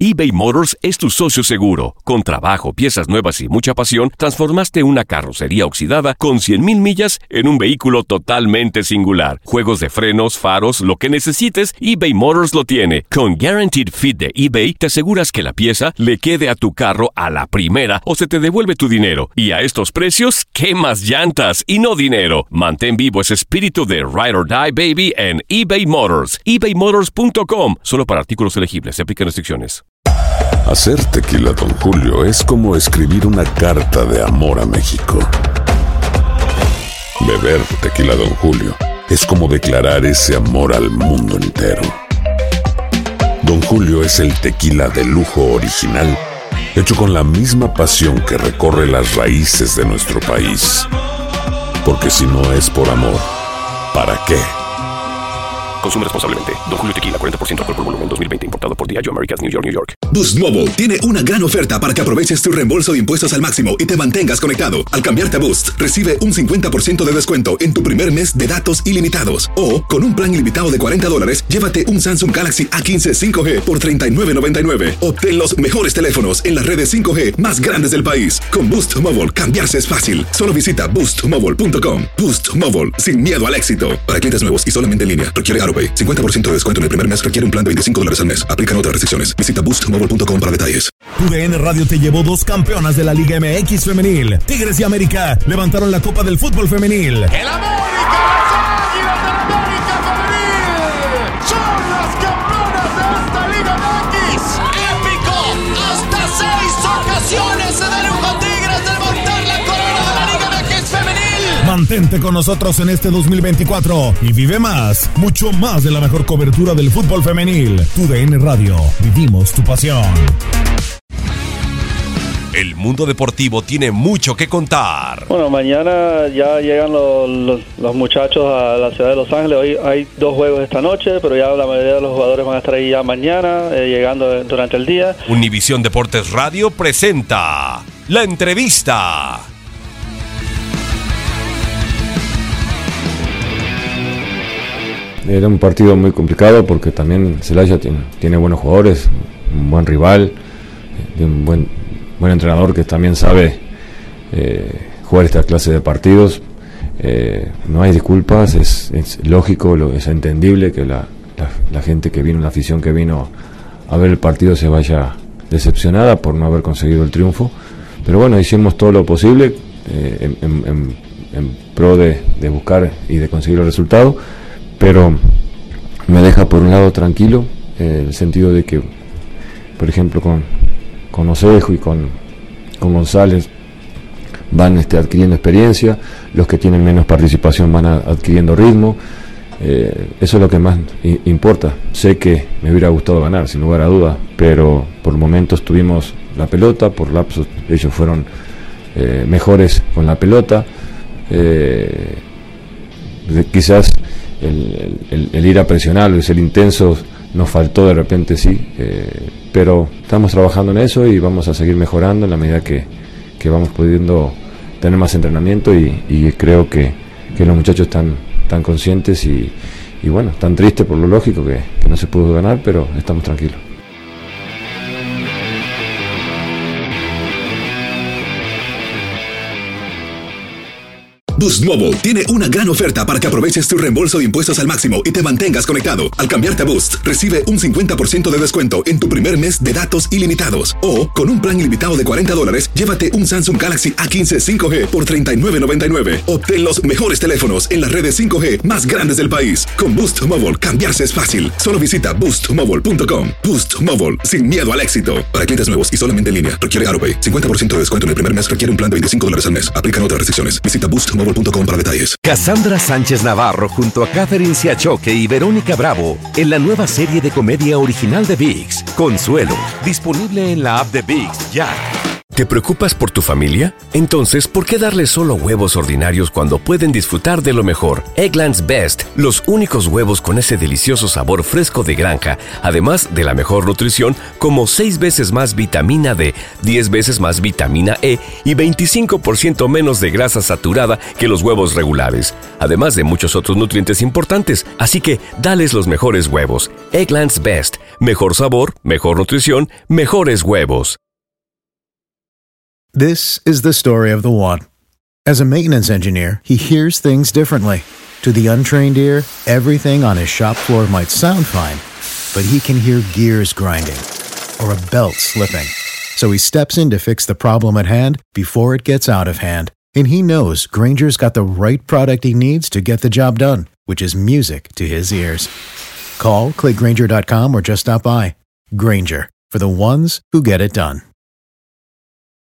eBay Motors es tu socio seguro. Con trabajo, piezas nuevas y mucha pasión, transformaste una carrocería oxidada con 100,000 millas en un vehículo totalmente singular. Juegos de frenos, faros, lo que necesites, eBay Motors lo tiene. Con Guaranteed Fit de eBay, te aseguras que la pieza le quede a tu carro a la primera o se te devuelve tu dinero. Y a estos precios, ¿qué más llantas y no dinero? Mantén vivo ese espíritu de Ride or Die, baby, en eBay Motors. ebaymotors.com. Solo para artículos elegibles. Se aplican restricciones. Hacer tequila Don Julio es como escribir una carta de amor a México. Beber tequila Don Julio es como declarar ese amor al mundo entero. Don Julio es el tequila de lujo original, hecho con la misma pasión que recorre las raíces de nuestro país. Porque si no es por amor, ¿para qué? Consume responsablemente. Don Julio Tequila, 40% alcohol por volumen, 2020. Importado por Diageo Americas, New York, New York. Boost Mobile tiene una gran oferta para que aproveches tu reembolso de impuestos al máximo y te mantengas conectado. Al cambiarte a Boost, recibe un 50% de descuento en tu primer mes de datos ilimitados. O, con un plan ilimitado de $40, llévate un Samsung Galaxy A15 5G por $39.99. Obtén los mejores teléfonos en las redes 5G más grandes del país. Con Boost Mobile, cambiarse es fácil. Solo visita boostmobile.com. Boost Mobile, sin miedo al éxito. Para clientes nuevos y solamente en línea, requiere AroPay. 50% de descuento en el primer mes requiere un plan de $25 al mes. Aplican otras restricciones. Visita boostmobile.com para detalles. TUDN Radio te llevó 2 campeonas de la Liga MX femenil. Tigres y América levantaron la Copa del Fútbol Femenil. ¡El América, las Águilas del América femenil! ¡Son las campeonas de esta Liga MX! ¡Épico! ¡Hasta 6 ocasiones se dieron con Tigres de levantar la corona de la Liga MX femenil! Mantente con nosotros en este 2024 y vive más, mucho más de la mejor cobertura del fútbol femenil. TUDN Radio, vivimos tu pasión. El mundo deportivo tiene mucho que contar. Bueno, mañana ya llegan los muchachos a la ciudad de Los Ángeles. Hoy hay 2 juegos esta noche, pero ya la mayoría de los jugadores van a estar ahí ya mañana, llegando durante el día. Univisión Deportes Radio presenta La Entrevista. Era un partido muy complicado porque también Celaya tiene buenos jugadores, un buen rival, un buen entrenador que también sabe jugar esta clase de partidos. No hay disculpas, es lógico, es entendible que la gente que vino, la afición que vino a ver el partido se vaya decepcionada por no haber conseguido el triunfo. Pero bueno, hicimos todo lo posible en pro de buscar y de conseguir el resultado. Pero me deja por un lado tranquilo, el sentido de que, por ejemplo, con Osejo y con González van adquiriendo experiencia, los que tienen menos participación van adquiriendo ritmo. Eso es lo que más importa. Sé que me hubiera gustado ganar, sin lugar a dudas, pero por momentos tuvimos la pelota, por lapsos ellos fueron mejores con la pelota. Quizás el ir a presionar, el ser intensos, nos faltó de repente, sí, pero estamos trabajando en eso y vamos a seguir mejorando en la medida que vamos pudiendo tener más entrenamiento y creo que los muchachos están conscientes y bueno, están tristes por lo lógico que no se pudo ganar, pero estamos tranquilos. Boost Mobile tiene una gran oferta para que aproveches tu reembolso de impuestos al máximo y te mantengas conectado. Al cambiarte a Boost, recibe un 50% de descuento en tu primer mes de datos ilimitados. O, con un plan ilimitado de $40, llévate un Samsung Galaxy A15 5G por $39.99. Obtén los mejores teléfonos en las redes 5G más grandes del país. Con Boost Mobile, cambiarse es fácil. Solo visita boostmobile.com. Boost Mobile, sin miedo al éxito. Para clientes nuevos y solamente en línea, requiere AroPay. 50% de descuento en el primer mes requiere un plan de $25 al mes. Aplican otras restricciones. Visita boostmobile.com para detalles. Cassandra Sánchez Navarro junto a Catherine Siachoque y Verónica Bravo en la nueva serie de comedia original de ViX, Consuelo, disponible en la app de ViX ya. ¿Te preocupas por tu familia? Entonces, ¿por qué darles solo huevos ordinarios cuando pueden disfrutar de lo mejor? Eggland's Best, los únicos huevos con ese delicioso sabor fresco de granja, además de la mejor nutrición, como 6 veces más vitamina D, 10 veces más vitamina E y 25% menos de grasa saturada que los huevos regulares, además de muchos otros nutrientes importantes. Así que, dales los mejores huevos. Eggland's Best, mejor sabor, mejor nutrición, mejores huevos. This is the story of the one. As a maintenance engineer, he hears things differently. To the untrained ear, everything on his shop floor might sound fine, but he can hear gears grinding or a belt slipping. So he steps in to fix the problem at hand before it gets out of hand. And he knows Grainger's got the right product he needs to get the job done, which is music to his ears. Call, click Grainger.com, or just stop by. Grainger, for the ones who get it done.